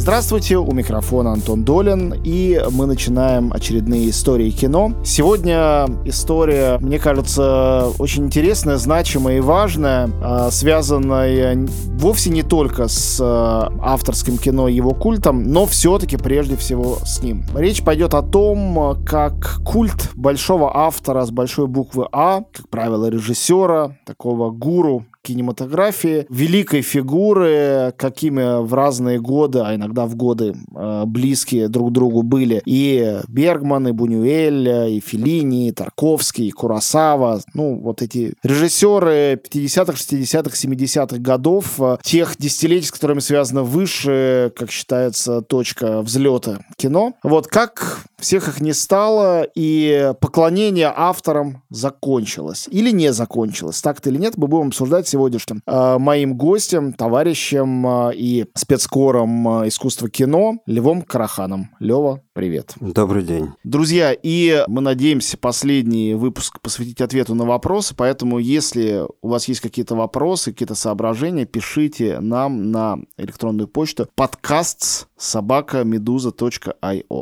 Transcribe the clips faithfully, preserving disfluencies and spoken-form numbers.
Здравствуйте, у микрофона Антон Долин, и мы начинаем очередные истории кино. Сегодня история, мне кажется, очень интересная, значимая и важная, связанная вовсе не только с авторским кино и его культом, но все-таки прежде всего с ним. Речь пойдет о том, как культ большого автора с большой буквы А, как правило, режиссера, такого гуру кинематографии, великой фигуры, какими в разные годы, а иногда в годы э, близкие друг другу были и Бергман, и Бунюэль, и Феллини, и Тарковский, и Куросава. Ну, вот эти режиссеры пятидесятых, шестидесятых, семидесятых годов, э, тех десятилетий, с которыми связано выше, как считается, точка взлета кино. Вот как всех их не стало, и поклонение авторам закончилось. Или не закончилось. Так-то или нет, мы будем обсуждать сегодняшним э, моим гостем, товарищем э, и спецкором э, искусства кино Левом Караханом. Лева, привет. Добрый день. Друзья, и мы надеемся последний выпуск посвятить ответу на вопросы, поэтому если у вас есть какие-то вопросы, какие-то соображения, пишите нам на электронную почту подкаст собака медуза точка ай о.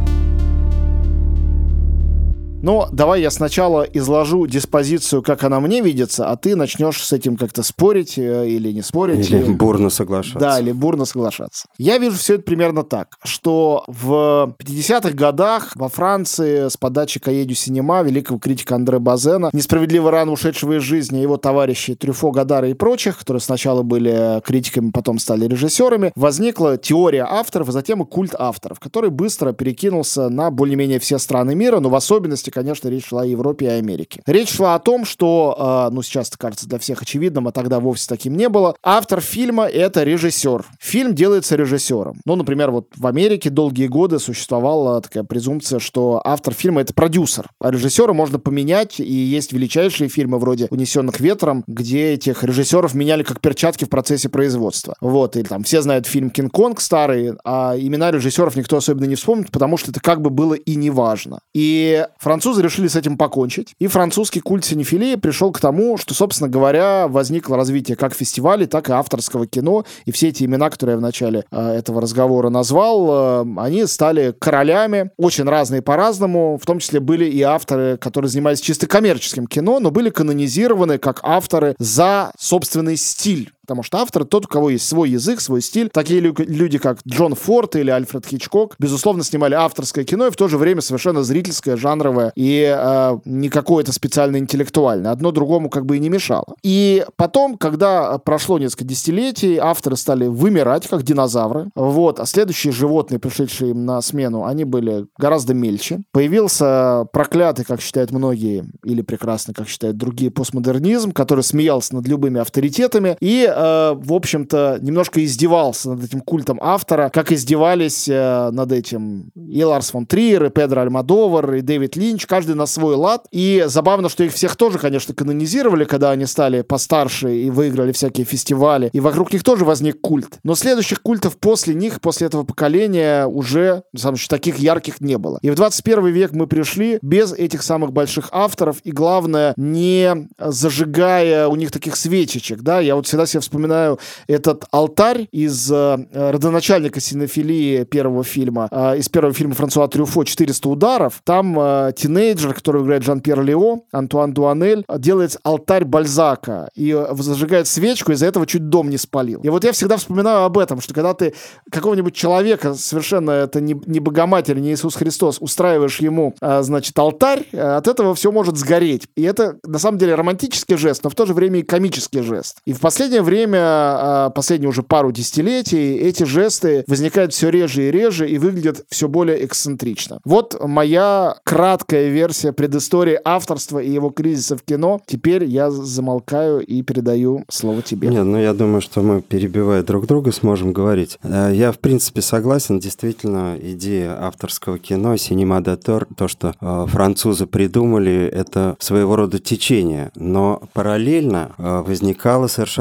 Но давай я сначала изложу диспозицию, как она мне видится, а ты начнешь с этим как-то спорить или не спорить. Или бурно соглашаться. Да, или бурно соглашаться. Я вижу все это примерно так, что в пятидесятых годах во Франции с подачи Cahiers du Cinéma великого критика Андре Базена, несправедливо рано ушедшего из жизни, его товарищи Трюфо, Годара и прочих, которые сначала были критиками, потом стали режиссерами, возникла теория авторов, а затем и культ авторов, который быстро перекинулся на более-менее все страны мира, но в особенности, конечно, речь шла о Европе и Америке. Речь шла о том, что, э, ну, сейчас это кажется для всех очевидным, а тогда вовсе таким не было. Автор фильма — это режиссер. Фильм делается режиссером. Ну, например, вот в Америке долгие годы существовала такая презумпция, что автор фильма — это продюсер. А режиссера можно поменять, и есть величайшие фильмы вроде «Унесенных ветром», где этих режиссеров меняли как перчатки в процессе производства. Вот, или там все знают фильм «Кинг-Конг» старый, а имена режиссеров никто особенно не вспомнит, потому что это как бы было и не важно. И французы решили с этим покончить, и французский культ синефилии пришел к тому, что, собственно говоря, возникло развитие как фестивалей, так и авторского кино, и все эти имена, которые я в начале э, этого разговора назвал, э, они стали королями, очень разные по-разному, в том числе были и авторы, которые занимались чисто коммерческим кино, но были канонизированы как авторы за собственный стиль. Потому что автор тот, у кого есть свой язык, свой стиль. Такие лю- люди, как Джон Форд или Альфред Хичкок, безусловно, снимали авторское кино и в то же время совершенно зрительское, жанровое и э, не какое-то специально интеллектуальное. Одно другому как бы и не мешало. И потом, когда прошло несколько десятилетий, авторы стали вымирать, как динозавры. Вот. А следующие животные, пришедшие им на смену, они были гораздо мельче. Появился проклятый, как считают многие, или прекрасный, как считают другие, постмодернизм, который смеялся над любыми авторитетами и в общем-то, немножко издевался над этим культом автора, как издевались э, над этим и Ларс фон Триер, и Педро Альмодовар, и Дэвид Линч, каждый на свой лад. И забавно, что их всех тоже, конечно, канонизировали, когда они стали постарше и выиграли всякие фестивали, и вокруг них тоже возник культ. Но следующих культов после них, после этого поколения уже, на самом деле, таких ярких не было. И в двадцать первый век мы пришли без этих самых больших авторов, и главное, не зажигая у них таких свечечек, да, я вот всегда себе вспоминаю этот алтарь из э, родоначальника синефилии первого фильма, э, из первого фильма Франсуа Трюфо «четыреста ударов». Там э, тинейджер, который играет Жан-Пьер Лео, Антуан Дуанель, делает алтарь Бальзака и э, зажигает свечку, из-за этого чуть дом не спалил. И вот я всегда вспоминаю об этом, что когда ты какого-нибудь человека, совершенно это не, не Богоматерь, не Иисус Христос, устраиваешь ему, э, значит, алтарь, э, от этого все может сгореть. И это, на самом деле, романтический жест, но в то же время и комический жест. И в последнее время время, последние уже пару десятилетий, эти жесты возникают все реже и реже и выглядят все более эксцентрично. Вот моя краткая версия предыстории авторства и его кризиса в кино. Теперь я замолкаю и передаю слово тебе. Нет, ну я думаю, что мы, перебивая друг друга, сможем говорить. Я, в принципе, согласен. Действительно, идея авторского кино, синема d'auteur, то, что э, французы придумали, это своего рода течение. Но параллельно э, возникало совершенно другое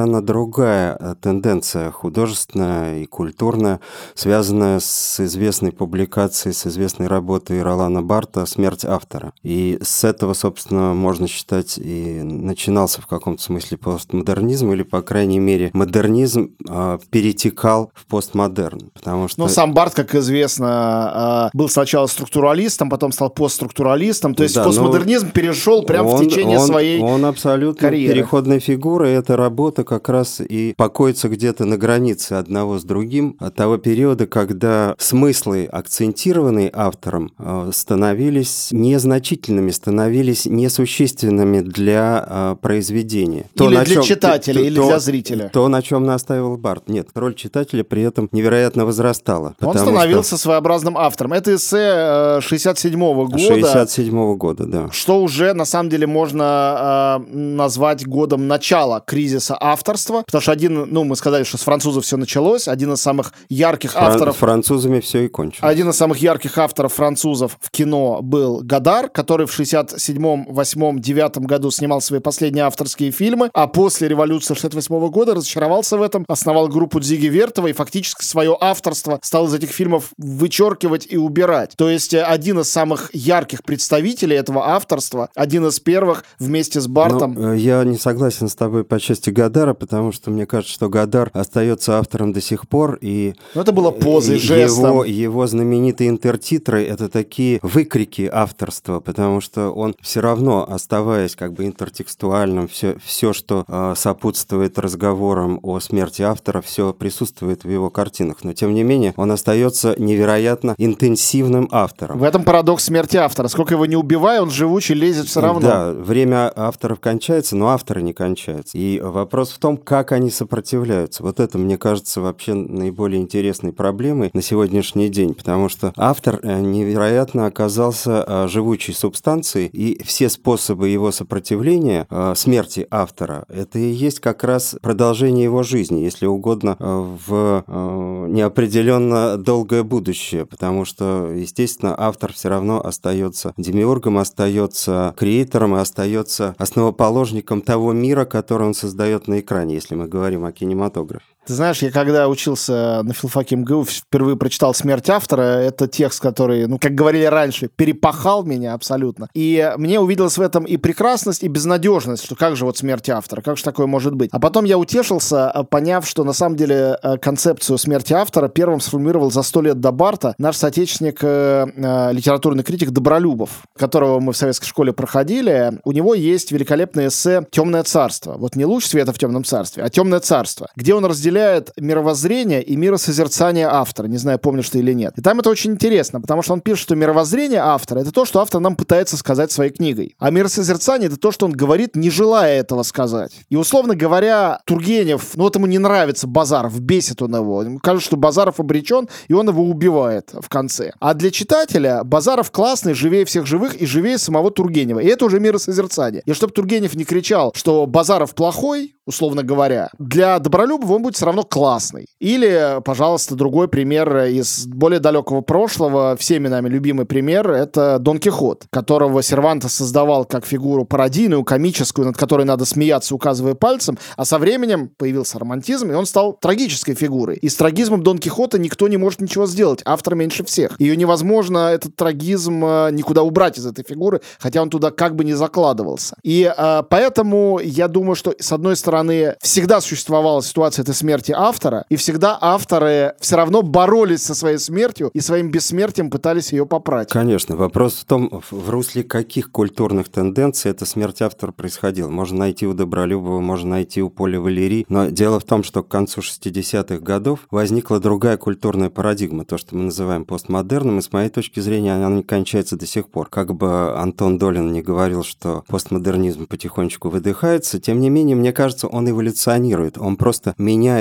другая тенденция художественная и культурная, связанная с известной публикацией, с известной работой Ролана Барта «Смерть автора». И с этого, собственно, можно считать, и начинался в каком-то смысле постмодернизм, или, по крайней мере, модернизм э, перетекал в постмодерн. Потому что... Ну, сам Барт, как известно, был сначала структуралистом, потом стал постструктуралистом, то есть да, постмодернизм перешел прямо он, в течение он, своей Он абсолютно карьеры. Переходная фигура, и эта работа как раз и покоится где-то на границе одного с другим от того периода, когда смыслы, акцентированные автором, становились незначительными, становились несущественными для произведения. То, или для чем, читателя, то, или то, для зрителя. То, на чем настаивал Барт. Нет, роль читателя при этом невероятно возрастала. Он становился что... своеобразным автором. Это эссе шестьдесят седьмого года. шестьдесят седьмого года, да. Что уже, на самом деле, можно э, назвать годом начала кризиса авторства. Потому что один, ну, мы сказали, что с французов все началось. Один из самых ярких Фран- авторов... С французами все и кончилось. Один из самых ярких авторов французов в кино был Годар, который в шестьдесят седьмом, восьмом, девятом году снимал свои последние авторские фильмы, а после революции шестьдесят восьмого года разочаровался в этом, основал группу Дзиги Вертова и фактически свое авторство стал из этих фильмов вычеркивать и убирать. То есть один из самых ярких представителей этого авторства, один из первых вместе с Бартом. Ну, я не согласен с тобой по части Годара, потому что мне кажется, что Годар остается автором до сих пор, и Но это было позой, жестом. Его, его знаменитые интертитры — это такие выкрики авторства, потому что он все равно, оставаясь как бы интертекстуальным, все, все что э, сопутствует разговорам о смерти автора, все присутствует в его картинах, но тем не менее он остается невероятно интенсивным автором. В этом парадокс смерти автора. Сколько его не убивай, он живучий лезет все равно. Да, время авторов кончается, но авторы не кончаются. И вопрос в том, как они сопротивляются. Вот это, мне кажется, вообще наиболее интересной проблемой на сегодняшний день, потому что автор невероятно оказался живучей субстанцией, и все способы его сопротивления смерти автора, это и есть как раз продолжение его жизни, если угодно, в неопределенно долгое будущее, потому что, естественно, автор все равно остается демиургом, остается креатором и остается основоположником того мира, который он создает на экране, если мы говорим о кинематографе. Ты знаешь, я когда учился на филфаке эм гэ у, впервые прочитал «Смерть автора». Это текст, который, ну, как говорили раньше, перепахал меня абсолютно. И мне увиделась в этом и прекрасность, и безнадежность, что как же вот смерть автора, как же такое может быть. А потом я утешился, поняв, что на самом деле концепцию смерти автора первым сформулировал за сто лет до Барта наш соотечественник, литературный критик Добролюбов, которого мы в советской школе проходили. У него есть великолепное эссе «Темное царство». Вот не луч света в темном царстве, а «Темное царство», где он разделяет мировоззрение и миросозерцание автора. Не знаю, помнишь ты или нет. И там это очень интересно, потому что он пишет, что мировоззрение автора — это то, что автор нам пытается сказать своей книгой. А миросозерцание — это то, что он говорит, не желая этого сказать. И, условно говоря, Тургенев, ну вот ему не нравится Базаров, бесит он его. Ему кажется, что Базаров обречен, и он его убивает в конце. А для читателя Базаров классный, живее всех живых и живее самого Тургенева. И это уже миросозерцание. И чтобы Тургенев не кричал, что Базаров плохой, условно говоря, для Добролюбова он будет все равно классный. Или, пожалуйста, другой пример из более далекого прошлого, всеми нами любимый пример, это Дон Кихот, которого Сервантес создавал как фигуру пародийную, комическую, над которой надо смеяться, указывая пальцем, а со временем появился романтизм, и он стал трагической фигурой. И с трагизмом Дон Кихота никто не может ничего сделать, автор меньше всех. Ее невозможно, этот трагизм, никуда убрать из этой фигуры, хотя он туда как бы не закладывался. И э, поэтому я думаю, что, с одной стороны, всегда существовала ситуация этой смерти автора, и всегда авторы все равно боролись со своей смертью и своим бессмертием пытались ее попрать. Конечно. Вопрос в том, в русле каких культурных тенденций эта смерть автора происходила. Можно найти у Добролюбова, можно найти у Поля Валери, но дело в том, что к концу шестидесятых годов возникла другая культурная парадигма, то, что мы называем постмодерном, и с моей точки зрения она не кончается до сих пор. Как бы Антон Долин не говорил, что постмодернизм потихонечку выдыхается, тем не менее, мне кажется, он эволюционирует, он просто меняет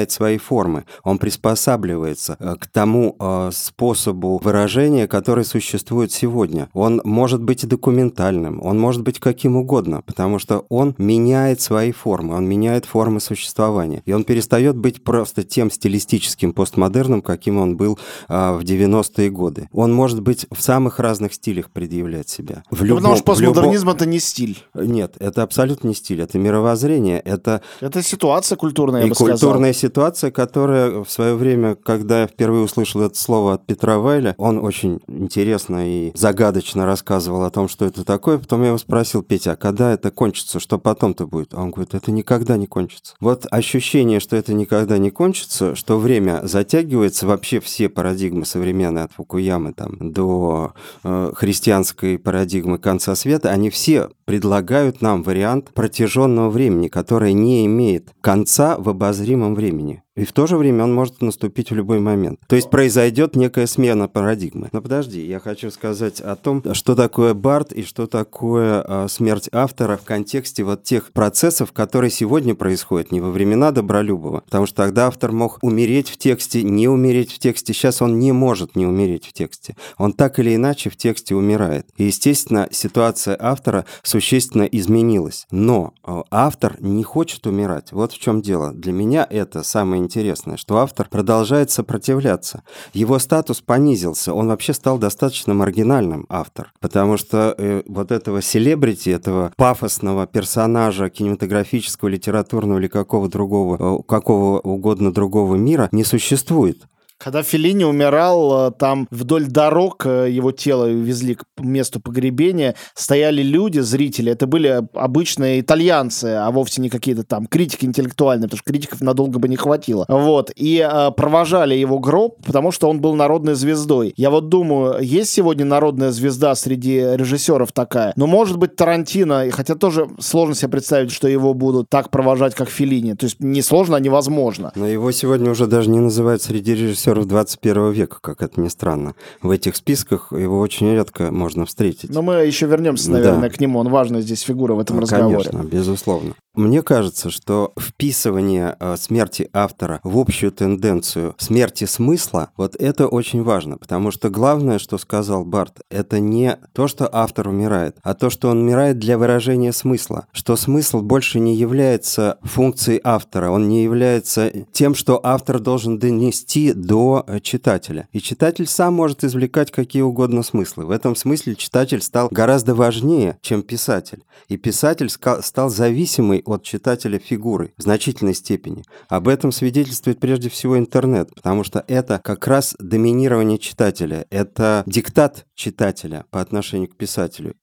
меняет свои формы, он приспосабливается к тому способу выражения, который существует сегодня. Он может быть и документальным, он может быть каким угодно, потому что он меняет свои формы, он меняет формы существования. И он перестает быть просто тем стилистическим постмодерном, каким он был а, в девяностые годы. Он может быть в самых разных стилях предъявлять себя. В любом, Потому что постмодернизм любом... это не стиль. Нет, это абсолютно не стиль, это мировоззрение, это... Это ситуация культурная, я и бы сказал. культурная ситуация, которая в свое время, когда я впервые услышал это слово от Петра Вайля, он очень интересно и загадочно рассказывал о том, что это такое. Потом я его спросил: Петя, а когда это кончится, что потом-то будет? А он говорит: это никогда не кончится. Вот ощущение, что это никогда не кончится, что время затягивается, вообще все парадигмы современные, от Фукуямы там, до э, христианской парадигмы конца света, они все предлагают нам вариант протяженного времени, который не имеет конца в обозримом времени. И в то же время он может наступить в любой момент. То есть произойдет некая смена парадигмы. Но подожди, я хочу сказать о том, что такое Барт и что такое э, смерть автора в контексте вот тех процессов, которые сегодня происходят, не во времена Добролюбова. Потому что тогда автор мог умереть в тексте, не умереть в тексте. Сейчас он не может не умереть в тексте. Он так или иначе в тексте умирает. И, естественно, ситуация автора существенно изменилась. Но э, автор не хочет умирать. Вот в чем дело. Для меня это самое интересное, что автор продолжает сопротивляться. Его статус понизился, он вообще стал достаточно маргинальным, автор, потому что э, вот этого селебрити, этого пафосного персонажа кинематографического, литературного или какого другого, какого угодно другого мира не существует. Когда Феллини умирал, там вдоль дорог его тело везли к месту погребения, стояли люди, зрители, это были обычные итальянцы, а вовсе не какие-то там критики интеллектуальные, потому что критиков надолго бы не хватило. Вот, и э, провожали его гроб, потому что он был народной звездой. Я вот думаю, есть сегодня народная звезда среди режиссеров такая? Ну, может быть, Тарантино, хотя тоже сложно себе представить, что его будут так провожать, как Феллини. То есть не сложно, а невозможно. Но его сегодня уже даже не называют среди режиссеров двадцать первого века, как это ни странно. В этих списках его очень редко можно встретить. Но мы еще вернемся, наверное, да. к нему. Он важная здесь фигура в этом ну, разговоре. Конечно, безусловно. Мне кажется, что вписывание э, смерти автора в общую тенденцию смерти смысла, вот это очень важно, потому что главное, что сказал Барт, это не то, что автор умирает, а то, что он умирает для выражения смысла, что смысл больше не является функцией автора, он не является тем, что автор должен донести до читателя. И читатель сам может извлекать какие угодно смыслы. В этом смысле читатель стал гораздо важнее, чем писатель. И писатель стал зависимый от читателя фигурой в значительной степени. Об этом свидетельствует прежде всего интернет, потому что это как раз доминирование читателя, это диктат читателя по отношению к писателю.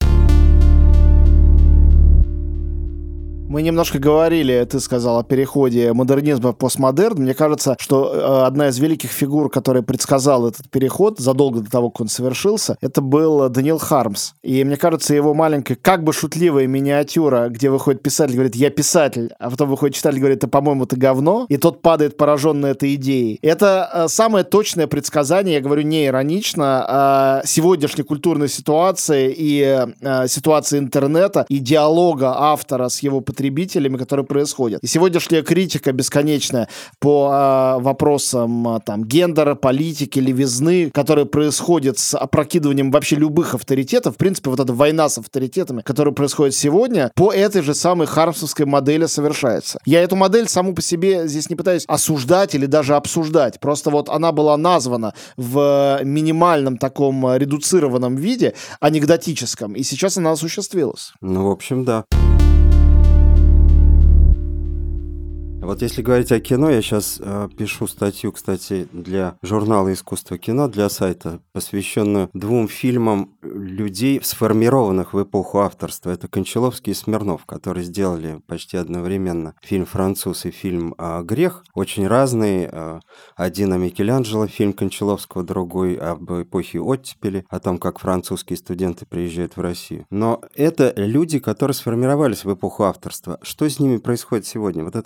Мы немножко говорили, ты сказал, о переходе модернизма в постмодерн. Мне кажется, что э, одна из великих фигур, которая предсказала этот переход задолго до того, как он совершился, это был Даниэл Хармс. И мне кажется, его маленькая, как бы шутливая миниатюра, где выходит писатель, говорит: «Я писатель», а потом выходит читатель, говорит: «Это, по-моему, ты говно», и тот падает пораженный этой идеей. Это э, самое точное предсказание, я говорю не иронично, э, сегодняшней культурной ситуации и э, ситуации интернета, и диалога автора с его потребителями, потребителями, которые происходят. И сегодняшняя критика бесконечная по э, вопросам э, там, гендера, политики, левизны, которые происходят с опрокидыванием вообще любых авторитетов, в принципе, вот эта война с авторитетами, которая происходит сегодня, по этой же самой хармсовской модели совершается. Я эту модель саму по себе здесь не пытаюсь осуждать или даже обсуждать, просто вот она была названа в минимальном таком редуцированном виде, анекдотическом, и сейчас она осуществилась. Ну, в общем, да. Вот если говорить о кино, я сейчас э, пишу статью, кстати, для журнала «Искусство кино», для сайта, посвященную двум фильмам людей, сформированных в эпоху авторства. Это Кончаловский и Смирнов, которые сделали почти одновременно фильм «Француз» и фильм э, «Грех». Очень разные. Э, один о Микеланджело, фильм Кончаловского, другой об эпохе оттепели, о том, как французские студенты приезжают в Россию. Но это люди, которые сформировались в эпоху авторства. Что с ними происходит сегодня? Вот это автор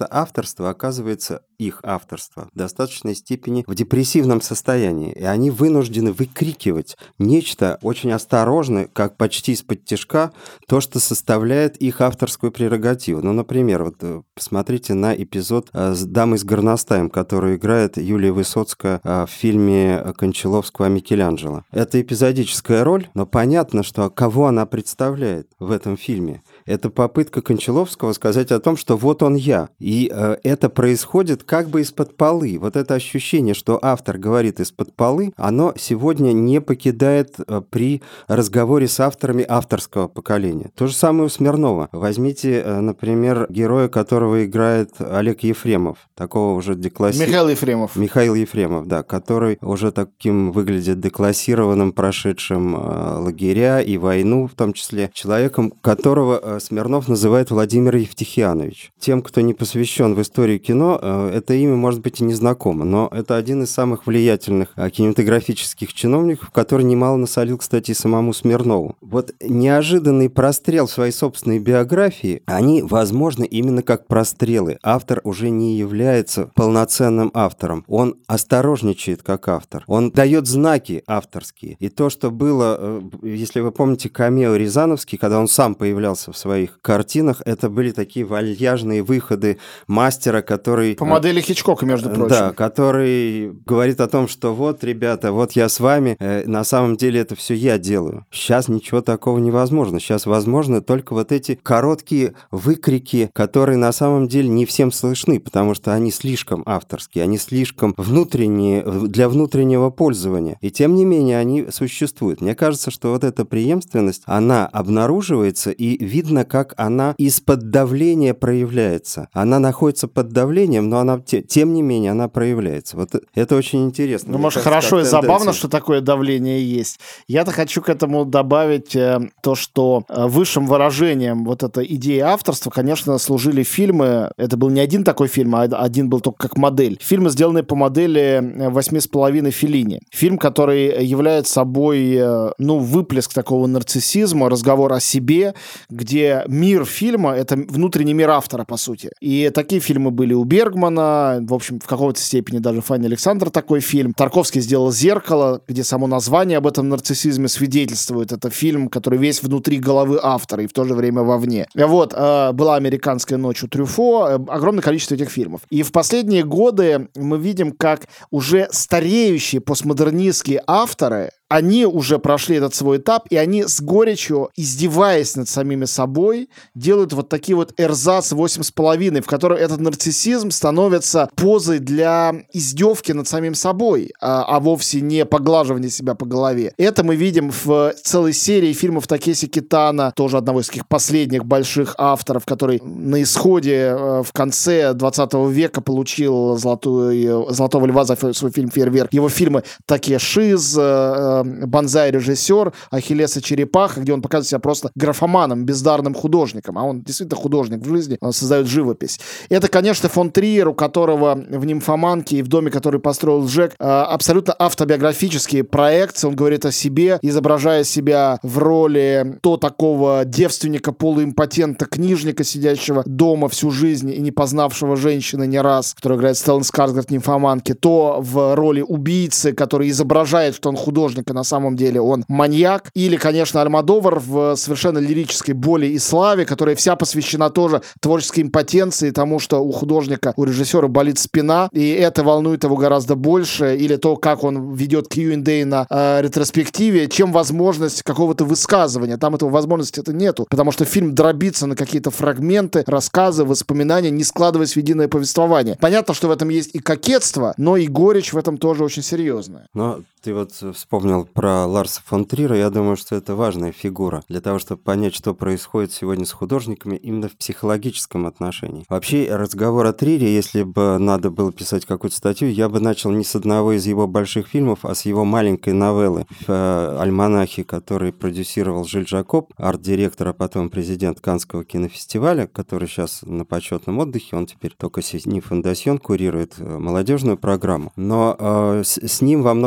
авторство оказывается, их авторство, в достаточной степени в депрессивном состоянии, и они вынуждены выкрикивать нечто очень осторожное, как почти из-под тишка, то, что составляет их авторскую прерогативу. Ну, например, вот посмотрите на эпизод с «Дамой с горностаем», которую играет Юлия Высоцкая в фильме Кончаловского о Микеланджело. Это эпизодическая роль, но понятно, что кого она представляет в этом фильме. Это попытка Кончаловского сказать о том, что вот он я. И э, это происходит как бы из-под полы. Вот это ощущение, что автор говорит из-под полы, оно сегодня не покидает э, при разговоре с авторами авторского поколения. То же самое у Смирнова. Возьмите, э, например, героя, которого играет Олег Ефремов. Такого уже деклассированного. Михаил Ефремов. Михаил Ефремов, да, который уже таким выглядит деклассированным, прошедшим э, лагеря и войну, в том числе, человеком, которого э, Смирнов называет Владимир Евтихианович. Тем, кто не посвящен в историю кино, это имя может быть и незнакомо, но это один из самых влиятельных кинематографических чиновников, который немало насолил, кстати, и самому Смирнову. Вот неожиданный прострел в своей собственной биографии, они возможны именно как прострелы. Автор уже не является полноценным автором. Он осторожничает как автор. Он дает знаки авторские. И то, что было, если вы помните, камео Рязановский, когда он сам появлялся в своих картинах, это были такие вальяжные выходы мастера, который... По модели Хичкока, между прочим. Да, который говорит о том, что вот, ребята, вот я с вами, на самом деле это все я делаю. Сейчас ничего такого невозможно. Сейчас возможны только вот эти короткие выкрики, которые на самом деле не всем слышны, потому что они слишком авторские, они слишком внутренние, для внутреннего пользования. И тем не менее они существуют. Мне кажется, что вот эта преемственность, она обнаруживается, и видно, как она из-под давления проявляется. Она находится под давлением, но она, тем не менее, она проявляется. Вот это очень интересно. Ну, может, хорошо и забавно, что такое давление есть. Я-то хочу к этому добавить э, то, что э, высшим выражением вот этой идеи авторства, конечно, служили фильмы. Это был не один такой фильм, а один был только как модель. Фильмы, сделанные по модели «Восьми с половиной» Феллини. Фильм, который является собой, э, ну, выплеск такого нарциссизма, разговор о себе, где мир фильма — это внутренний мир автора, по сути. И такие фильмы были у Бергмана, в общем, в какой-то степени даже Фанни Александр такой фильм. Тарковский сделал «Зеркало», где само название об этом нарциссизме свидетельствует. Это фильм, который весь внутри головы автора и в то же время вовне. Вот, э, была «Американская ночь» у Трюфо, э, огромное количество этих фильмов. И в последние годы мы видим, как уже стареющие постмодернистские авторы, они уже прошли этот свой этап, и они с горечью, издеваясь над самими собой, делают вот такие вот эрзац восемь с половиной, в котором этот нарциссизм становится позой для издевки над самим собой, а, а вовсе не поглаживания себя по голове. Это мы видим в целой серии фильмов Такеси Китано, тоже одного из таких последних больших авторов, который на исходе в конце двадцатого века получил золотую, золотого льва за свой фильм «Фейерверк». Его фильмы «Такешиз», «Бонзай-режиссер», «Ахиллес и черепаха», где он показывает себя просто графоманом, бездарным художником, а он действительно художник в жизни, он создает живопись. Это, конечно, фон Триер, у которого в «Нимфоманке» и в доме, который построил Джек, абсолютно автобиографические проекции. Он говорит о себе, изображая себя в роли то такого девственника, полуимпотента, книжника, сидящего дома всю жизнь и не познавшего женщины ни раз, который играет Стеллан Скарсгард в «Нимфоманке», то в роли убийцы, который изображает, что он художник, а на самом деле он маньяк. Или, конечно, Альмодовар в совершенно лирической «Боли и славе», которая вся посвящена тоже творческой импотенции, тому, что у художника, у режиссера болит спина, и это волнует его гораздо больше. Или то, как он ведет кью энд эй на э, ретроспективе, чем возможность какого-то высказывания. Там этого возможности это нету, потому что фильм дробится на какие-то фрагменты, рассказы, воспоминания, не складываясь в единое повествование. Понятно, что в этом есть и кокетство, но и горечь в этом тоже очень серьезная. Но ты вот вспомнил про Ларса фон Триера. Я думаю, что это важная фигура для того, чтобы понять, что происходит сегодня с художниками именно в психологическом отношении. Вообще, разговор о Триере, если бы надо было писать какую-то статью, я бы начал не с одного из его больших фильмов, а с его маленькой новеллы в э, «Альманахе», который продюсировал Жиль Жакоб, арт-директор, а потом президент Каннского кинофестиваля, который сейчас на почетном отдыхе. Он теперь только Сини Фондасьон курирует молодежную программу. Но э, с, с ним во многом связано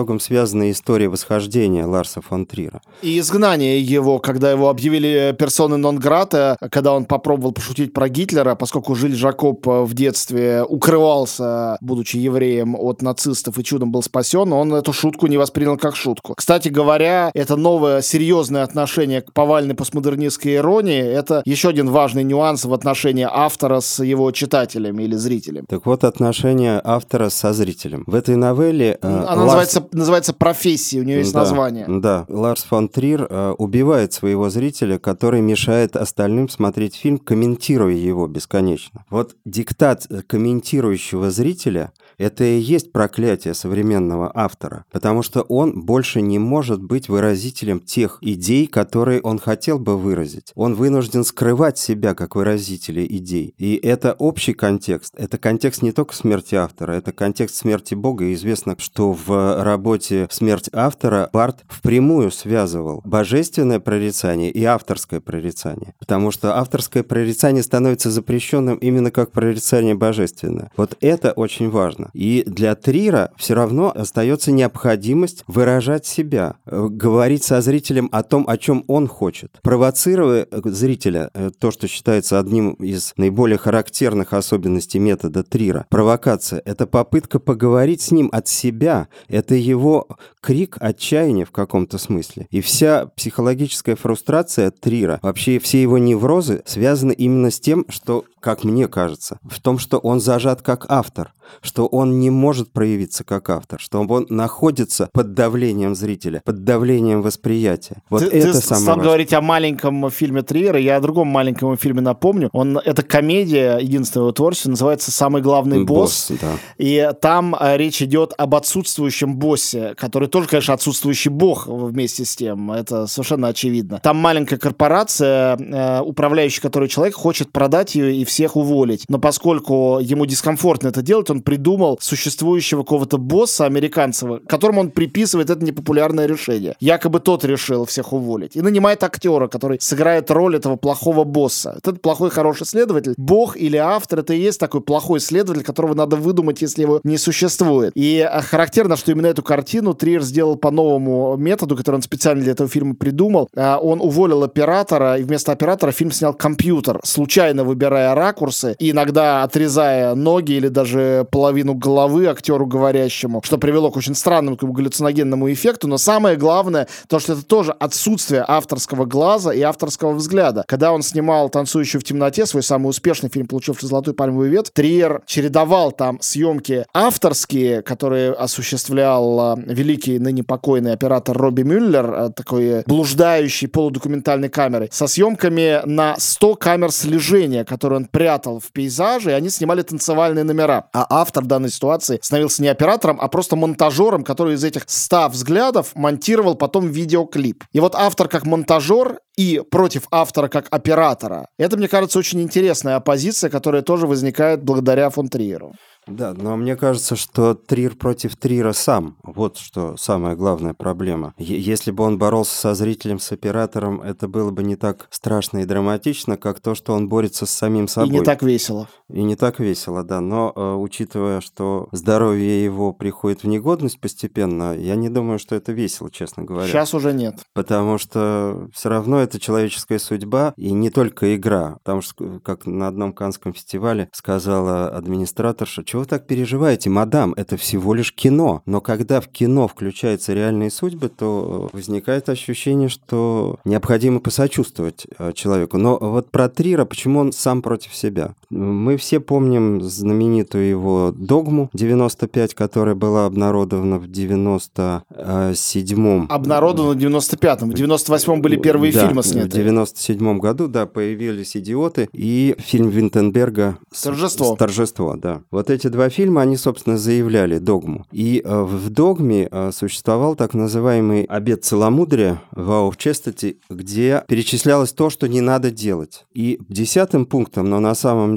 рассказана история восхождения Ларса фон Триера. И изгнание его, когда его объявили персоной нон-грата, когда он попробовал пошутить про Гитлера, поскольку Жиль Жакоб в детстве укрывался, будучи евреем, от нацистов и чудом был спасен, он эту шутку не воспринял как шутку. Кстати говоря, это новое серьезное отношение к повальной постмодернистской иронии, это еще один важный нюанс в отношении автора с его читателями или зрителями. Так вот, отношение автора со зрителем. В этой новелле... Она Ларс... называется, называется «Профессия», у нее есть да, название. Да, Ларс фон Триер э, убивает своего зрителя, который мешает остальным смотреть фильм, комментируя его бесконечно. Вот диктат комментирующего зрителя — это и есть проклятие современного автора, потому что он больше не может быть выразителем тех идей, которые он хотел бы выразить. Он вынужден скрывать себя как выразителя идей. И это общий контекст. Это контекст не только смерти автора, это контекст смерти Бога. И известно, что в работе «Смерть автора» Барт впрямую связывал божественное прорицание и авторское прорицание. Потому что авторское прорицание становится запрещенным именно как прорицание божественное. Вот это очень важно. И для Триера все равно остается необходимость выражать себя, говорить со зрителем о том, о чем он хочет, провоцируя зрителя, то, что считается одним из наиболее характерных особенностей метода Триера. Провокация — это попытка поговорить с ним от себя, это его крик отчаяния в каком-то смысле. И вся психологическая фрустрация Триера, вообще все его неврозы связаны именно с тем, что, как мне кажется, в том, что он зажат как автор, что он не может проявиться как автор, что он находится под давлением зрителя, под давлением восприятия. Вот ты, это ты самое стал важное. говорить о маленьком фильме Триера, я о другом маленьком фильме напомню. Он, это комедия, единственное его творчество, называется «Самый главный босс». Босс, да. И там а, речь идет об отсутствующем боссе, который тоже, конечно, отсутствующий бог вместе с тем. Это совершенно очевидно. Там маленькая корпорация, э, управляющий которой человек хочет продать ее и всех уволить. Но поскольку ему дискомфортно это делать, он придумал существующего какого-то босса американцева, которому он приписывает это непопулярное решение. Якобы тот решил всех уволить. И нанимает актера, который сыграет роль этого плохого босса. Этот плохой хороший следователь, бог или автор, это и есть такой плохой следователь, которого надо выдумать, если его не существует. И характерно, что именно эту картину Триер сделал по новому методу, который он специально для этого фильма придумал. Он уволил оператора, и вместо оператора фильм снял компьютер, случайно выбирая ракурсы, и иногда отрезая ноги или даже половину головы актеру говорящему, что привело к очень странному к галлюциногенному эффекту. Но самое главное, то, что это тоже отсутствие авторского глаза и авторского взгляда. Когда он снимал «Танцующую в темноте», свой самый успешный фильм, получивший «Золотую пальмовую ветвь», Триер чередовал там съемки авторские, которые осуществлял великий ныне покойный оператор Робби Мюллер, такой блуждающий полудокументальной камерой, со съемками на сто камер слежения, которые он прятал в пейзаже, и они снимали танцевальные номера. А автор в данной ситуации становился не оператором, а просто монтажером, который из этих ста взглядов монтировал потом видеоклип. И вот автор как монтажер и против автора как оператора. Это, мне кажется, очень интересная оппозиция, которая тоже возникает благодаря фон Триеру. Да, но мне кажется, что Триер против Триера сам. Вот что самая главная проблема. Е- если бы он боролся со зрителем, с оператором, это было бы не так страшно и драматично, как то, что он борется с самим собой. И не так весело. И не так весело, да. Но э, учитывая, что здоровье его приходит в негодность постепенно, я не думаю, что это весело, честно говоря. Сейчас уже нет. Потому что все равно это человеческая судьба и не только игра. Потому что, как на одном Каннском фестивале сказала администраторша, чего вы так переживаете, мадам, это всего лишь кино. Но когда в кино включаются реальные судьбы, то возникает ощущение, что необходимо посочувствовать человеку. Но вот про Триера, почему он сам против себя? Мы все помним знаменитую его «Догму» девяносто пять, которая была обнародована в девяносто седьмом. Обнародована в девяносто пятом. В девяносто восьмом были первые да, фильмы сняты. В девяносто седьмом году, да, появились «Идиоты» и фильм Винденберга «Торжество». «Торжество», да. Вот эти два фильма, они, собственно, заявляли догму. И э, в «Догме» э, существовал так называемый обет целомудрия, vow of chastity, где перечислялось то, что не надо делать. И десятым пунктом, но на самом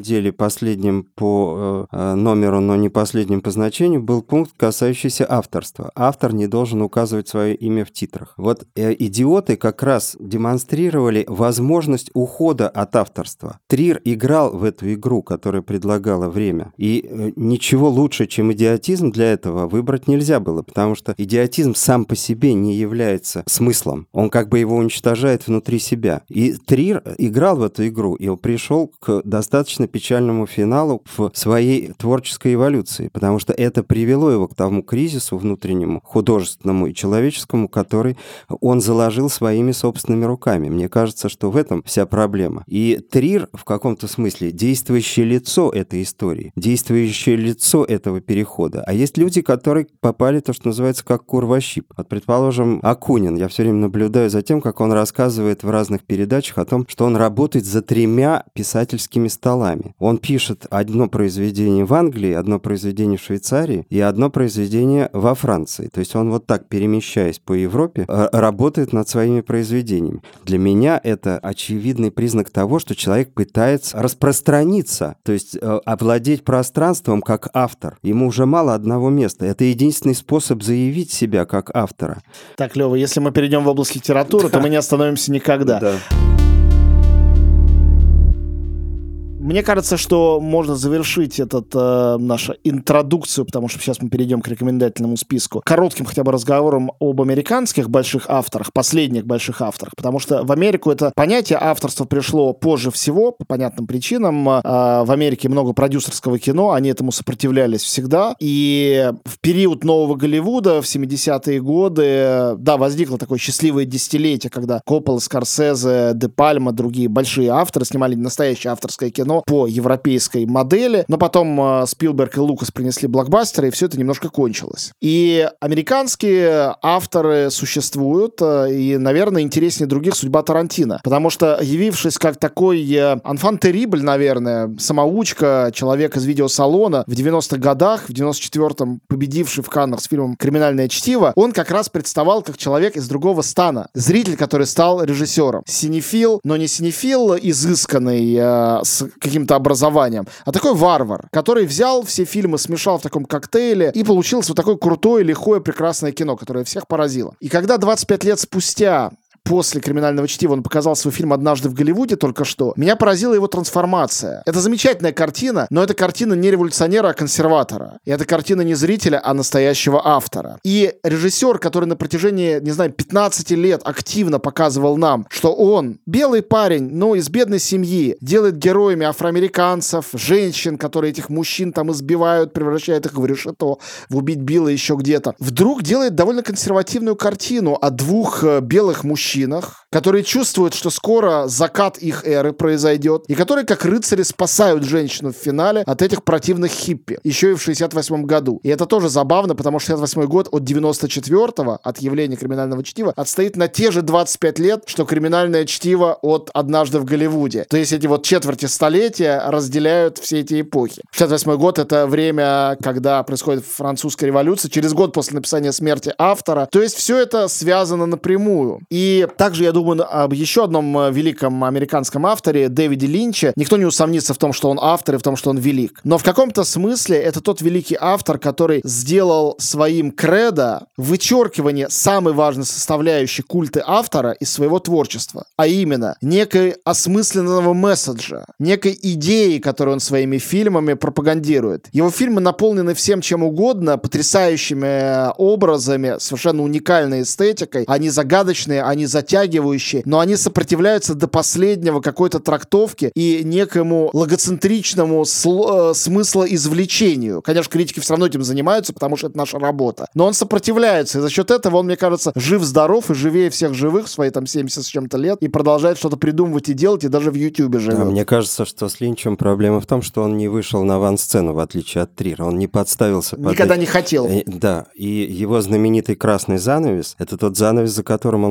самом деле последним по э, номеру, но не последним по значению, был пункт, касающийся авторства. Автор не должен указывать свое имя в титрах. Вот э, идиоты как раз демонстрировали возможность ухода от авторства. Трир играл в эту игру, которая предлагала время. И э, ничего лучше, чем идиотизм для этого выбрать нельзя было, потому что идиотизм сам по себе не является смыслом. Он как бы его уничтожает внутри себя. И Трир играл в эту игру, и он пришел к достаточно печальному финалу в своей творческой эволюции, потому что это привело его к тому кризису внутреннему, художественному и человеческому, который он заложил своими собственными руками. Мне кажется, что в этом вся проблема. И Трир в каком-то смысле действующее лицо этой истории, действующее лицо этого перехода. А есть люди, которые попали, то, что называется, как кур во щип. Вот, предположим, Акунин. Я все время наблюдаю за тем, как он рассказывает в разных передачах о том, что он работает за тремя писательскими столами. Он пишет одно произведение в Англии, одно произведение в Швейцарии и одно произведение во Франции. То есть он вот так, перемещаясь по Европе, работает над своими произведениями. Для меня это очевидный признак того, что человек пытается распространиться, то есть овладеть пространством как автор. Ему уже мало одного места. Это единственный способ заявить себя как автора. Так, Лёва, если мы перейдем в область литературы, то мы не остановимся никогда. Да. Мне кажется, что можно завершить этот, э, нашу интродукцию, потому что сейчас мы перейдем к рекомендательному списку, коротким хотя бы разговором об американских больших авторах, последних больших авторах, потому что в Америку это понятие авторства пришло позже всего, по понятным причинам. Э, в Америке много продюсерского кино, они этому сопротивлялись всегда, и в период нового Голливуда, в семидесятые годы, да, возникло такое счастливое десятилетие, когда Коппола, Скорсезе, Де Пальма, другие большие авторы снимали настоящее авторское кино по европейской модели, но потом э, Спилберг и Лукас принесли блокбастеры, и все это немножко кончилось. И американские авторы существуют, э, и, наверное, интереснее других судьба Тарантино, потому что, явившись как такой enfant terrible, наверное, самоучка, человек из видеосалона в девяностых годах, в девяносто четвёртом победивший в Каннах с фильмом «Криминальное чтиво», он как раз представал как человек из другого стана, зритель, который стал режиссером. Синефил, но не синефил изысканный, э, с каким-то образованием, а такой варвар, который взял все фильмы, смешал в таком коктейле, и получилось вот такое крутое, лихое, прекрасное кино, которое всех поразило. И когда двадцать пять лет спустя, после «Криминального чтива», он показал свой фильм «Однажды в Голливуде» только что, меня поразила его трансформация. Это замечательная картина, но это картина не революционера, а консерватора. И это картина не зрителя, а настоящего автора. И режиссер, который на протяжении, не знаю, пятнадцати лет активно показывал нам, что он, белый парень, но из бедной семьи, делает героями афроамериканцев, женщин, которые этих мужчин там избивают, превращают их в решето, в «Убить Билла» еще где-то, вдруг делает довольно консервативную картину о двух белых мужчинах, которые чувствуют, что скоро закат их эры произойдет, и которые, как рыцари, спасают женщину в финале от этих противных хиппи, еще и в шестьдесят восьмом году. И это тоже забавно, потому что шестьдесят восьмой год от девяносто четвёртого, от явления «Криминального чтива», отстоит на те же двадцать пять лет, что «Криминальное чтиво» от «Однажды в Голливуде». То есть эти вот четверти столетия разделяют все эти эпохи. шестьдесят восьмой год — это время, когда происходит французская революция, через год после написания «Смерти автора». То есть все это связано напрямую. И также, я думаю, об еще одном великом американском авторе, Дэвиде Линче. Никто не усомнится в том, что он автор и в том, что он велик. Но в каком-то смысле это тот великий автор, который сделал своим кредо вычеркивание самой важной составляющей культа автора из своего творчества, а именно некой осмысленного месседжа, некой идеи, которую он своими фильмами пропагандирует. Его фильмы наполнены всем чем угодно, потрясающими образами, совершенно уникальной эстетикой. Они загадочные, они затягивающие, но они сопротивляются до последнего какой-то трактовке и некому логоцентричному сл- э, смыслоизвлечению. Конечно, критики все равно этим занимаются, потому что это наша работа. Но он сопротивляется, и за счет этого он, мне кажется, жив-здоров и живее всех живых в свои там семьдесят с чем-то лет и продолжает что-то придумывать и делать, и даже в Ютьюбе живет. А мне кажется, что с Линчем проблема в том, что он не вышел на авансцену, в отличие от Трира. Он не подставился. Никогда под... не хотел. Да, и его знаменитый красный занавес — это тот занавес, за которым он скрывается.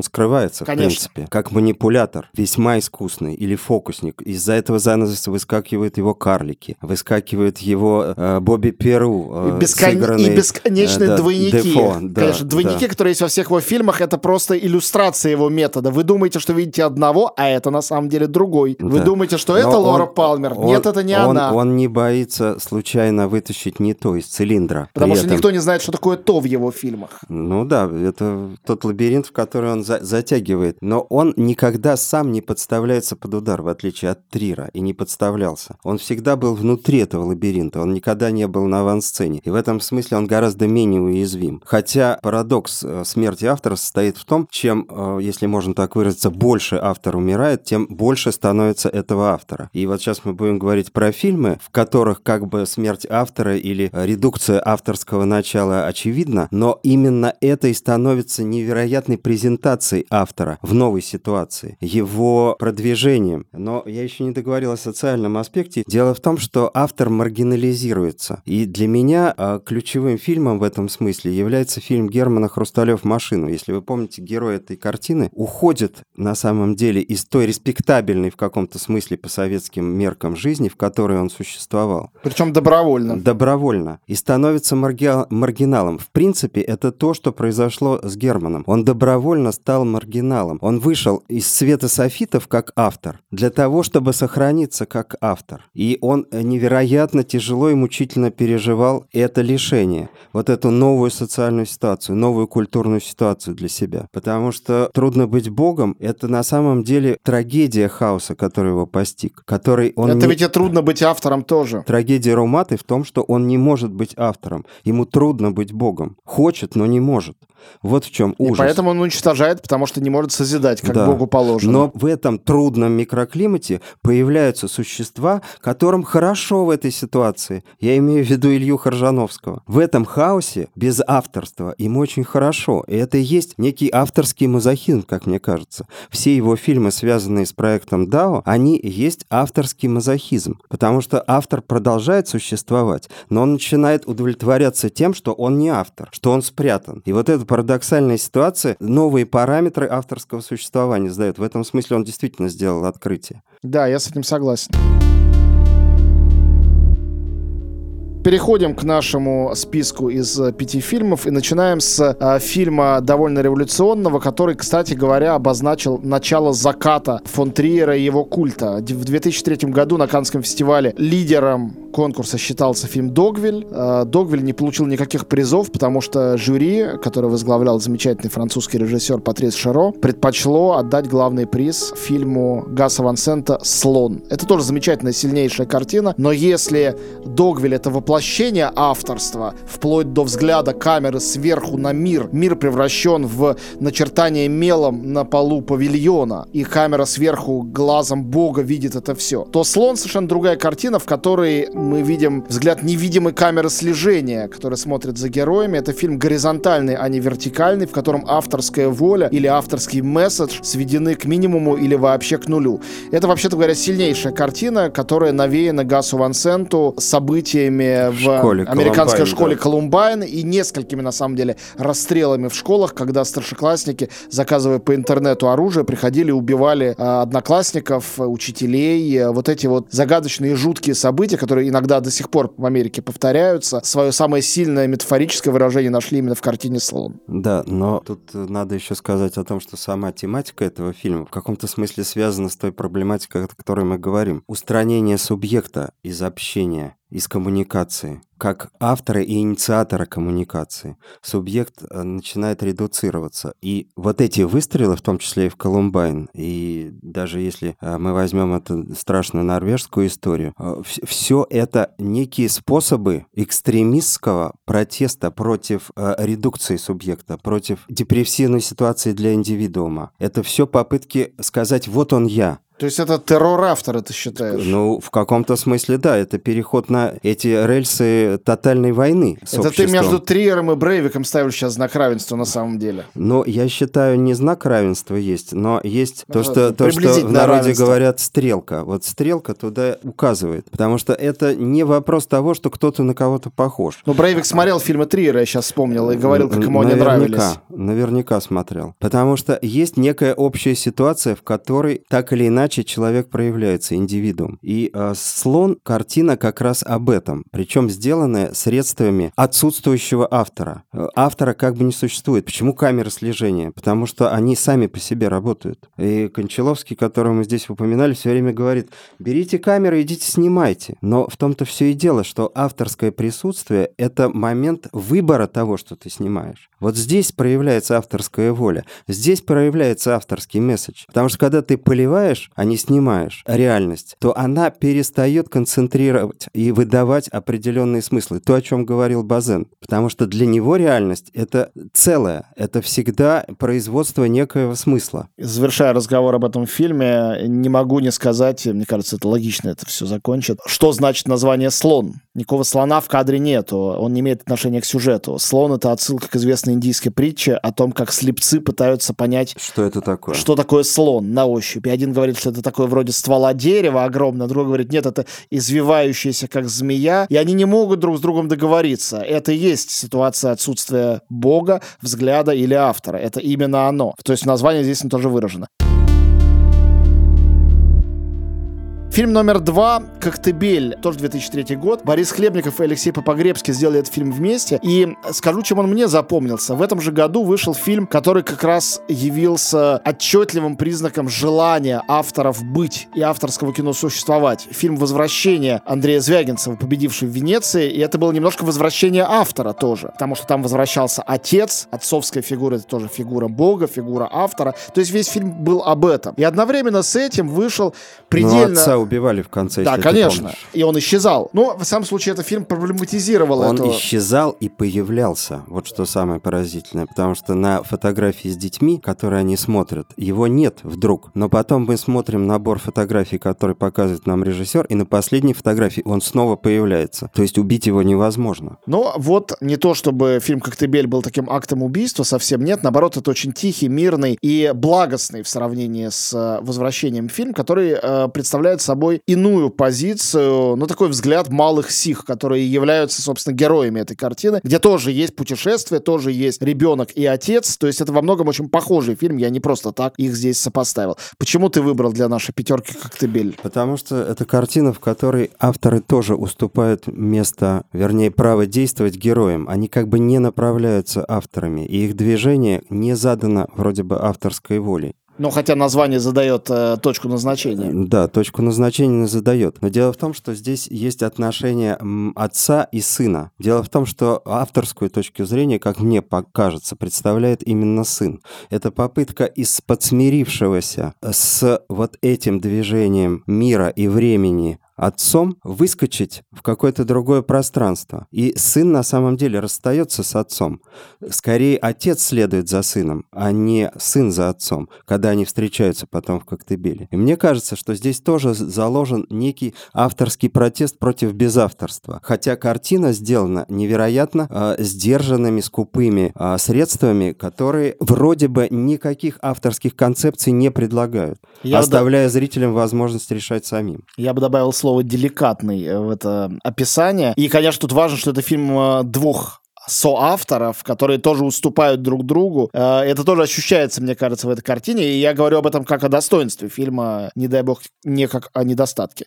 раскрывается, Конечно. в принципе, как манипулятор, весьма искусный, или фокусник. Из-за этого занавеса выскакивают его карлики, выскакивают его э, Бобби Перу, э, и, бескон... сыгранный, и бесконечные э, да, двойники. Дефо, да, Конечно, двойники, да. которые есть во всех его фильмах, это просто иллюстрация его метода. Вы думаете, что видите одного, а это на самом деле другой. Вы да. думаете, что Но это он, Лора Палмер. Он, Нет, это не он, она. Он не боится случайно вытащить не то из цилиндра. Потому что этом... никто не знает, что такое то в его фильмах. Ну да, это тот лабиринт, в который он за- затягивает. Но он никогда сам не подставляется под удар, в отличие от Трира, и не подставлялся. Он всегда был внутри этого лабиринта, он никогда не был на авансцене. И в этом смысле он гораздо менее уязвим. Хотя парадокс смерти автора состоит в том, чем, если можно так выразиться, больше автор умирает, тем больше становится этого автора. И вот сейчас мы будем говорить про фильмы, в которых как бы смерть автора или редукция авторского начала очевидна, но именно это и становится невероятной презентацией автора в новой ситуации, его продвижением. Но я еще не договорил о социальном аспекте. Дело в том, что автор маргинализируется. И для меня а, ключевым фильмом в этом смысле является фильм Германа «Хрусталев машину». Если вы помните, герой этой картины уходит на самом деле из той респектабельной в каком-то смысле по советским меркам жизни, в которой он существовал. Причем добровольно. Добровольно. И становится марги... маргиналом. В принципе, это то, что произошло с Германом. Он добровольно стал маргиналом. Он вышел из света софитов как автор для того, чтобы сохраниться как автор. И он невероятно тяжело и мучительно переживал это лишение, вот эту новую социальную ситуацию, новую культурную ситуацию для себя. Потому что «Трудно быть Богом» — это на самом деле трагедия хаоса, который его постиг. Который он это не... ведь и трудно быть автором тоже. Трагедия Роматы в том, что он не может быть автором. Ему трудно быть Богом. Хочет, но не может. Вот в чем ужас. И поэтому он уничтожает, потому что не может созидать, как да. Богу положено. Но в этом трудном микроклимате появляются существа, которым хорошо в этой ситуации. Я имею в виду Илью Хоржановского. В этом хаосе, без авторства, им очень хорошо. И это и есть некий авторский мазохизм, как мне кажется. Все его фильмы, связанные с проектом дао, они есть авторский мазохизм. Потому что автор продолжает существовать, но он начинает удовлетворяться тем, что он не автор, что он спрятан. И вот это парадоксальная ситуация, новые параметры авторского существования задает. В этом смысле он действительно сделал открытие. Да, я с этим согласен. Переходим к нашему списку из пяти фильмов и начинаем с э, фильма довольно революционного, который, кстати говоря, обозначил начало заката фон Триера и его культа. В две тысячи третьем году на Каннском фестивале лидером конкурса считался фильм «Догвиль». Э, «Догвиль» не получил никаких призов, потому что жюри, которое возглавлял замечательный французский режиссер Патрис Шаро, предпочло отдать главный приз фильму Гаса Ван Сента «Слон». Это тоже замечательная, сильнейшая картина, но если «Догвиль» — это воплощение воплощение авторства, вплоть до взгляда камеры сверху на мир. Мир превращен в начертание мелом на полу павильона, и камера сверху глазом Бога видит это все. То «Слон» совершенно другая картина, в которой мы видим взгляд невидимой камеры слежения, которая смотрит за героями. Это фильм горизонтальный, а не вертикальный, в котором авторская воля или авторский месседж сведены к минимуму или вообще к нулю. Это, вообще-то говоря, сильнейшая картина, которая навеяна Гасу Ван Сенту событиями в школе американской Колумбайн, школе да. Колумбайн и несколькими, на самом деле, расстрелами в школах, когда старшеклассники, заказывая по интернету оружие, приходили и убивали э, одноклассников, учителей. Э, вот эти вот загадочные, жуткие события, которые иногда до сих пор в Америке повторяются, свое самое сильное метафорическое выражение нашли именно в картине «Слон». Да, но тут надо еще сказать о том, что сама тематика этого фильма в каком-то смысле связана с той проблематикой, о которой мы говорим. Устранение субъекта из общения, из коммуникации, как автора и инициатора коммуникации. Субъект начинает редуцироваться. И вот эти выстрелы, в том числе и в Колумбайн, и даже если мы возьмем эту страшную норвежскую историю, все это некие способы экстремистского протеста против редукции субъекта, против депрессивной ситуации для индивидуума. Это все попытки сказать «вот он я». То есть это террор автора, ты считаешь? Ну, в каком-то смысле, да. Это переход на эти рельсы тотальной войны с Это обществом. ты между Триером и Брейвиком ставишь сейчас знак равенства на самом деле. Ну, я считаю, не знак равенства есть, но есть ну, то, что, то, что в народе равенство. говорят стрелка. Вот стрелка туда указывает. Потому что это не вопрос того, что кто-то на кого-то похож. Ну, Брейвик смотрел фильмы Триера, я сейчас вспомнил, и говорил, как ему наверняка, они нравились. наверняка смотрел. Потому что есть некая общая ситуация, в которой так или иначе человек проявляется, индивидуум. И э, «Слон» — картина как раз об этом. Причем сделанная средствами отсутствующего автора. Автора как бы не существует. Почему камеры слежения? Потому что они сами по себе работают. И Кончаловский, которого мы здесь упоминали, все время говорит: берите камеры, идите снимайте. Но в том-то все и дело, что авторское присутствие — это момент выбора того, что ты снимаешь. Вот здесь проявляется авторская воля. Здесь проявляется авторский месседж. Потому что когда ты поливаешь, а не снимаешь реальность, то она перестает концентрировать и выдавать определенные смыслы. То, о чем говорил Базен. Потому что для него реальность — это целое. Это всегда производство некоего смысла. Завершая разговор об этом фильме, не могу не сказать, мне кажется, это логично, это все закончит. Что значит название «Слон»? Никакого слона в кадре нету, он не имеет отношения к сюжету. Слон — это отсылка к известной индийской притче о том, как слепцы пытаются понять, что это такое. Что такое слон на ощупь. И один говорит, что это такое вроде ствола дерева огромное, другой говорит, нет, это извивающаяся как змея, и они не могут друг с другом договориться. Это и есть ситуация отсутствия Бога, взгляда или автора. Это именно оно. То есть название здесь тоже выражено. Фильм номер два «Коктебель», тоже две тысячи третий год. Борис Хлебников и Алексей Попогребский сделали этот фильм вместе. И скажу, чем он мне запомнился. В этом же году вышел фильм, который как раз явился отчетливым признаком желания авторов быть и авторского кино существовать. Фильм «Возвращение» Андрея Звягинцева, победивший в Венеции. И это было немножко возвращение автора тоже. Потому что там возвращался отец, отцовская фигура, это тоже фигура Бога, фигура автора. То есть весь фильм был об этом. И одновременно с этим вышел предельно... Ну, убивали в конце, да, если конечно. ты помнишь. И он исчезал. Но, в самом случае, этот фильм проблематизировал Он эту... исчезал и появлялся. Вот что самое поразительное. Потому что на фотографии с детьми, которые они смотрят, его нет вдруг. Но потом мы смотрим набор фотографий, который показывает нам режиссер, и на последней фотографии он снова появляется. То есть убить его невозможно. Но вот не то, чтобы фильм «Коктебель» был таким актом убийства, совсем нет. Наоборот, это очень тихий, мирный и благостный в сравнении с «Возвращением» фильм, который э, представляет собой иную позицию, ну, такой взгляд малых сих, которые являются, собственно, героями этой картины, где тоже есть путешествие, тоже есть ребенок и отец, то есть это во многом очень похожий фильм, я не просто так их здесь сопоставил. Почему ты выбрал для нашей пятерки «Коктебель»? Потому что это картина, в которой авторы тоже уступают место, вернее, право действовать героям. Они как бы не направляются авторами, и их движение не задано вроде бы авторской волей. Ну, хотя название задает э, точку назначения. Да, точку назначения задает. Но дело в том, что здесь есть отношения отца и сына. Дело в том, что авторскую точку зрения, как мне кажется, представляет именно сын. Это попытка из подсмирившегося с вот этим движением мира и времени отцом выскочить в какое-то другое пространство. И сын на самом деле расстается с отцом. Скорее, отец следует за сыном, а не сын за отцом, когда они встречаются потом в «Коктебеле». И мне кажется, что здесь тоже заложен некий авторский протест против безавторства. Хотя картина сделана невероятно э, сдержанными, скупыми э, средствами, которые вроде бы никаких авторских концепций не предлагают, Я оставляя бы... зрителям возможность решать самим. Я бы добавил слово «деликатный» в это описание. И, конечно, тут важно, что это фильм двух соавторов, которые тоже уступают друг другу. Это тоже ощущается, мне кажется, в этой картине. И я говорю об этом как о достоинстве фильма, не дай бог, не как о недостатке.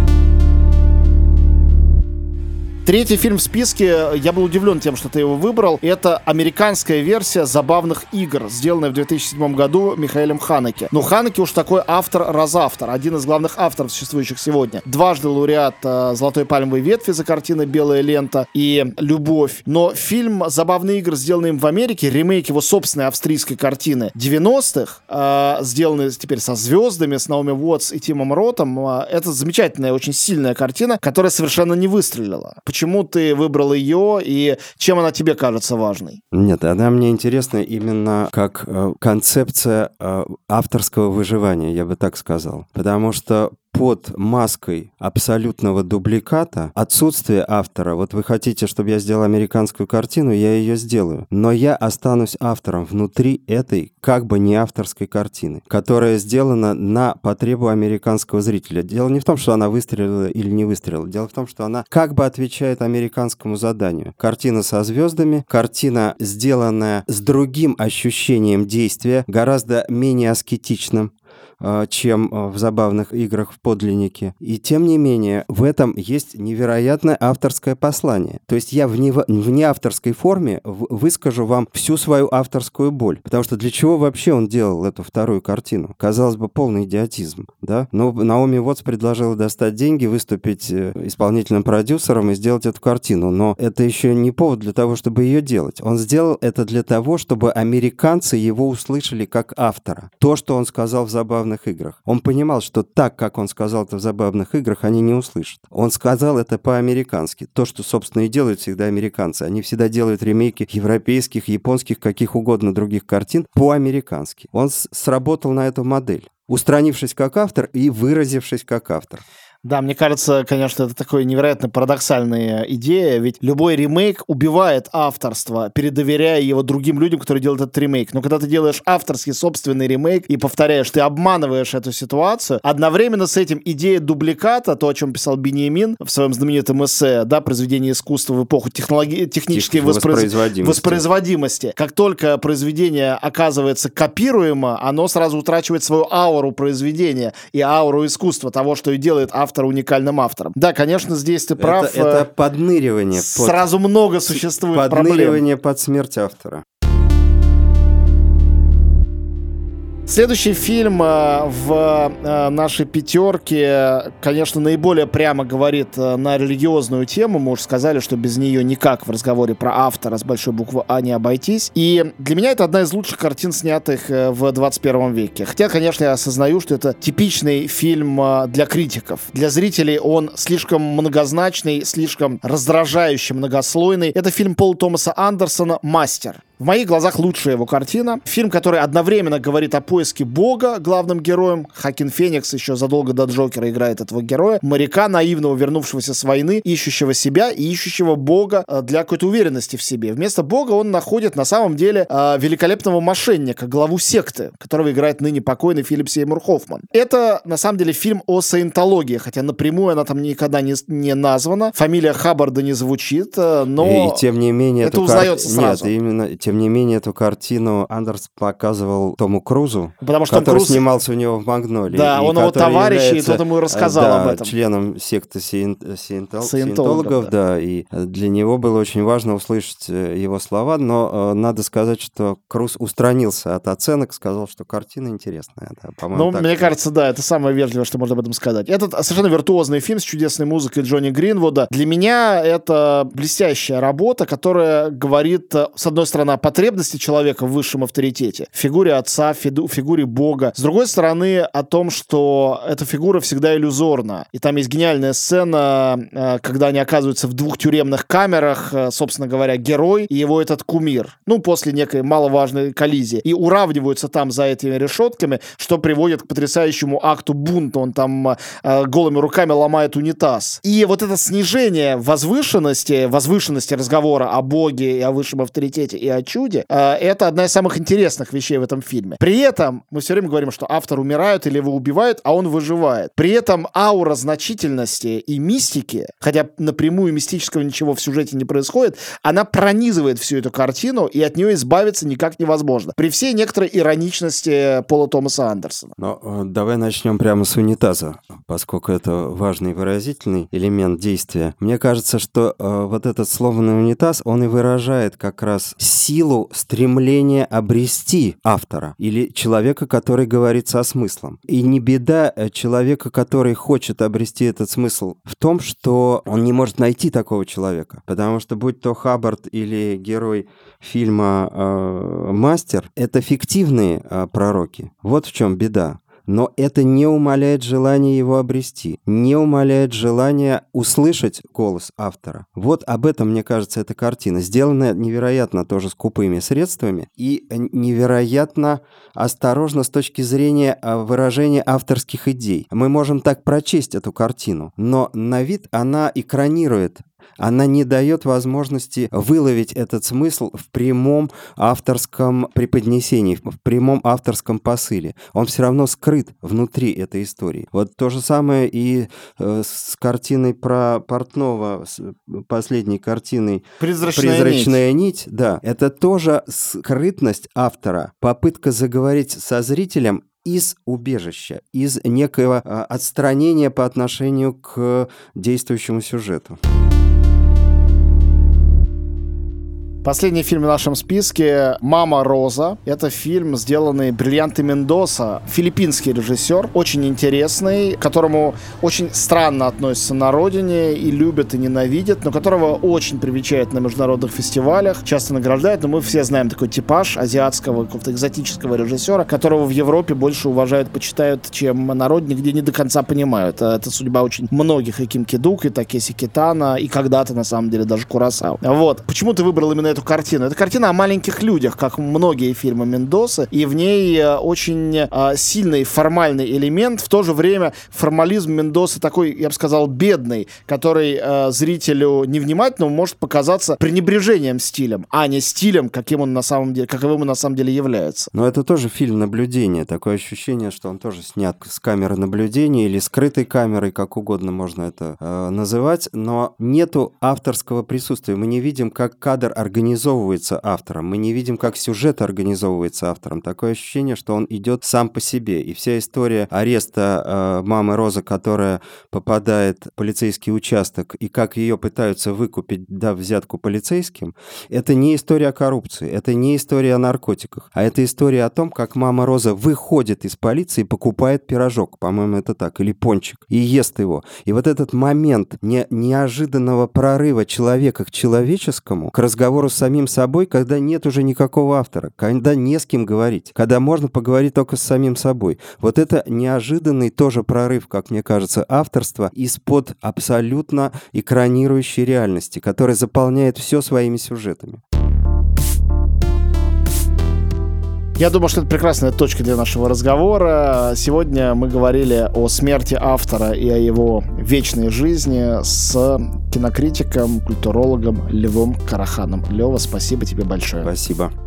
Третий фильм в списке, я был удивлен тем, что ты его выбрал. Это американская версия «Забавных игр», сделанная в две тысячи седьмом году Михаэлем Ханеке. Ну, Ханеке уж такой автор-разавтор, один из главных авторов, существующих сегодня. Дважды лауреат э, «Золотой пальмовой ветви» за картины «Белая лента» и «Любовь». Но фильм «Забавные игры», сделанный им в Америке, ремейк его собственной австрийской картины девяностых, э, сделанный теперь со звездами, с Наоми Уотс и Тимом Ротом, э, это замечательная, очень сильная картина, которая совершенно не выстрелила. Почему ты выбрал ее и чем она тебе кажется важной? Нет, она мне интересна именно как э, концепция э, авторского выживания, я бы так сказал. Потому что под маской абсолютного дубликата, отсутствие автора. Вот вы хотите, чтобы я сделал американскую картину, я ее сделаю. Но я останусь автором внутри этой как бы не авторской картины, которая сделана на потребу американского зрителя. Дело не в том, что она выстрелила или не выстрелила. Дело в том, что она как бы отвечает американскому заданию. Картина со звездами, картина, сделанная с другим ощущением действия, гораздо менее аскетичным, чем в забавных играх в подлиннике. И тем не менее, в этом есть невероятное авторское послание. То есть я в, не, в неавторской форме выскажу вам всю свою авторскую боль. Потому что для чего вообще он делал эту вторую картину? Казалось бы, полный идиотизм, да? Но Наоми Уотс предложила достать деньги, выступить исполнительным продюсером и сделать эту картину. Но это еще не повод для того, чтобы ее делать. Он сделал это для того, чтобы американцы его услышали как автора. То, что он сказал в забавных играх. Он понимал, что так, как он сказал это в забавных играх, они не услышат. Он сказал это по-американски. То, что, собственно, и делают всегда американцы. Они всегда делают ремейки европейских, японских, каких угодно других картин по-американски. Он сработал на эту модель, устранившись как автор и выразившись как автор. Да, мне кажется, конечно, это такая невероятно парадоксальная идея, ведь любой ремейк убивает авторство, передоверяя его другим людям, которые делают этот ремейк. Но когда ты делаешь авторский собственный ремейк и повторяешь, ты обманываешь эту ситуацию, одновременно с этим идея дубликата, то, о чем писал Беньямин в своем знаменитом эссе, да, произведение искусства в эпоху технологии, технической воспроизводимости. воспроизводимости. Как только произведение оказывается копируемо, оно сразу утрачивает свою ауру произведения и ауру искусства, того, что и делает автор уникальным автором. Да, конечно, здесь ты прав. Это, это подныривание. Сразу под... много существует подныривание проблем. Подныривание под смерть автора. Следующий фильм в нашей пятерке, конечно, наиболее прямо говорит на религиозную тему. Мы уже сказали, что без нее никак в разговоре про автора с большой буквы А не обойтись. И для меня это одна из лучших картин, снятых в двадцать первом веке. Хотя, конечно, я осознаю, что это типичный фильм для критиков. Для зрителей он слишком многозначный, слишком раздражающий, многослойный. Это фильм Пола Томаса Андерсона «Мастер». В моих глазах лучшая его картина. Фильм, который одновременно говорит о поиске Бога главным героем. Хоакин Феникс еще задолго до Джокера играет этого героя. Моряка, наивного, вернувшегося с войны, ищущего себя и ищущего Бога для какой-то уверенности в себе. Вместо Бога он находит на самом деле великолепного мошенника, главу секты, которого играет ныне покойный Филипп Сеймур Хоффман. Это, на самом деле, фильм о саентологии, хотя напрямую она там никогда не, не названа. Фамилия Хаббарда не звучит, но и, тем не менее, это узнается кар... сразу. Нет, именно... Тем не менее, эту картину Андерс показывал Тому Крузу, Потому что который Круз... снимался у него в «Магнолии». Да, он его товарищ, является, и тот ему и рассказал да, об этом. Членом секты сиент... сиентол... саентологов, саентологов, да. да, и для него было очень важно услышать его слова, но э, надо сказать, что Круз устранился от оценок, сказал, что картина интересная. Да, по-моему, ну, так... мне кажется, да, это самое вежливое, что можно об этом сказать. Этот совершенно виртуозный фильм с чудесной музыкой Джонни Гринвуда. Для меня это блестящая работа, которая говорит, с одной стороны, о потребности человека в высшем авторитете, в фигуре отца, в фигуре Бога. С другой стороны, о том, что эта фигура всегда иллюзорна. И там есть гениальная сцена, когда они оказываются в двух тюремных камерах, собственно говоря, герой и его этот кумир. Ну, после некой маловажной коллизии. И уравниваются там за этими решетками, что приводит к потрясающему акту бунта. Он там голыми руками ломает унитаз. И вот это снижение возвышенности, возвышенности разговора о Боге и о высшем авторитете и о чуде, это одна из самых интересных вещей в этом фильме. При этом мы все время говорим, что автор умирает или его убивают, а он выживает. При этом аура значительности и мистики, хотя напрямую мистического ничего в сюжете не происходит, она пронизывает всю эту картину, и от нее избавиться никак невозможно. При всей некоторой ироничности Пола Томаса Андерсона. Но давай начнем прямо с унитаза, поскольку это важный выразительный элемент действия. Мне кажется, что э, вот этот сломанный унитаз, он и выражает как раз силу стремления обрести автора или человека, который говорит со смыслом. И не беда человека, который хочет обрести этот смысл, в том, что он не может найти такого человека. Потому что будь то Хаббард или герой фильма э, «Мастер», это фиктивные э, пророки. Вот в чем беда. но это не умаляет желание его обрести, не умаляет желание услышать голос автора. Вот об этом, мне кажется, эта картина, сделанная невероятно тоже скупыми средствами и невероятно осторожно с точки зрения выражения авторских идей. Мы можем так прочесть эту картину, но на вид она экранирует. Она не дает возможности выловить этот смысл в прямом авторском преподнесении, в прямом авторском посыле. Он все равно скрыт внутри этой истории. Вот то же самое и э, с картиной про Портнова, с последней картиной «Призрачная, «Призрачная нить». нить». Да, это тоже скрытность автора, попытка заговорить со зрителем из убежища, из некоего э, отстранения по отношению к действующему сюжету. Последний фильм в нашем списке «Мама Роза». Это фильм, сделанный Бриллианте Мендоса, филиппинский режиссер, очень интересный, к которому очень странно относятся на родине, и любят, и ненавидят, но которого очень привечают на международных фестивалях, часто награждают, но мы все знаем такой типаж азиатского, какого-то экзотического режиссера, которого в Европе больше уважают, почитают, чем на родине, где не до конца понимают. Это судьба очень многих, и Ким Ки-дук, и Такеси Китано, и когда-то, на самом деле, даже Куросава. Вот. Почему ты выбрал именно эту картину? Это картина о маленьких людях, как многие фильмы Мендосы, и в ней очень э, сильный формальный элемент, в то же время формализм Мендосы такой, я бы сказал, бедный, который э, зрителю невнимательному может показаться пренебрежением стилем, а не стилем, каким он на самом деле, каковым он на самом деле является. Но это тоже фильм наблюдения, такое ощущение, что он тоже снят с камеры наблюдения или скрытой камерой, как угодно можно это э, называть, но нету авторского присутствия. Мы не видим, как кадр организовывается автором. Мы не видим, как сюжет организовывается автором. Такое ощущение, что он идет сам по себе. И вся история ареста э, мамы Розы, которая попадает в полицейский участок, и как ее пытаются выкупить, дав взятку полицейским, это не история о коррупции, это не история о наркотиках, а это история о том, как мама Роза выходит из полиции и покупает пирожок, по-моему, это так, или пончик, и ест его. И вот этот момент не, неожиданного прорыва человека к человеческому, к разговору с самим собой, когда нет уже никакого автора, когда не с кем говорить, когда можно поговорить только с самим собой. Вот это неожиданный тоже прорыв, как мне кажется, авторства из-под абсолютно экранирующей реальности, которая заполняет все своими сюжетами. Я думаю, что это прекрасная точка для нашего разговора. Сегодня мы говорили о смерти автора и о его вечной жизни с кинокритиком, культурологом Львом Караханом. Лёва, спасибо тебе большое. Спасибо.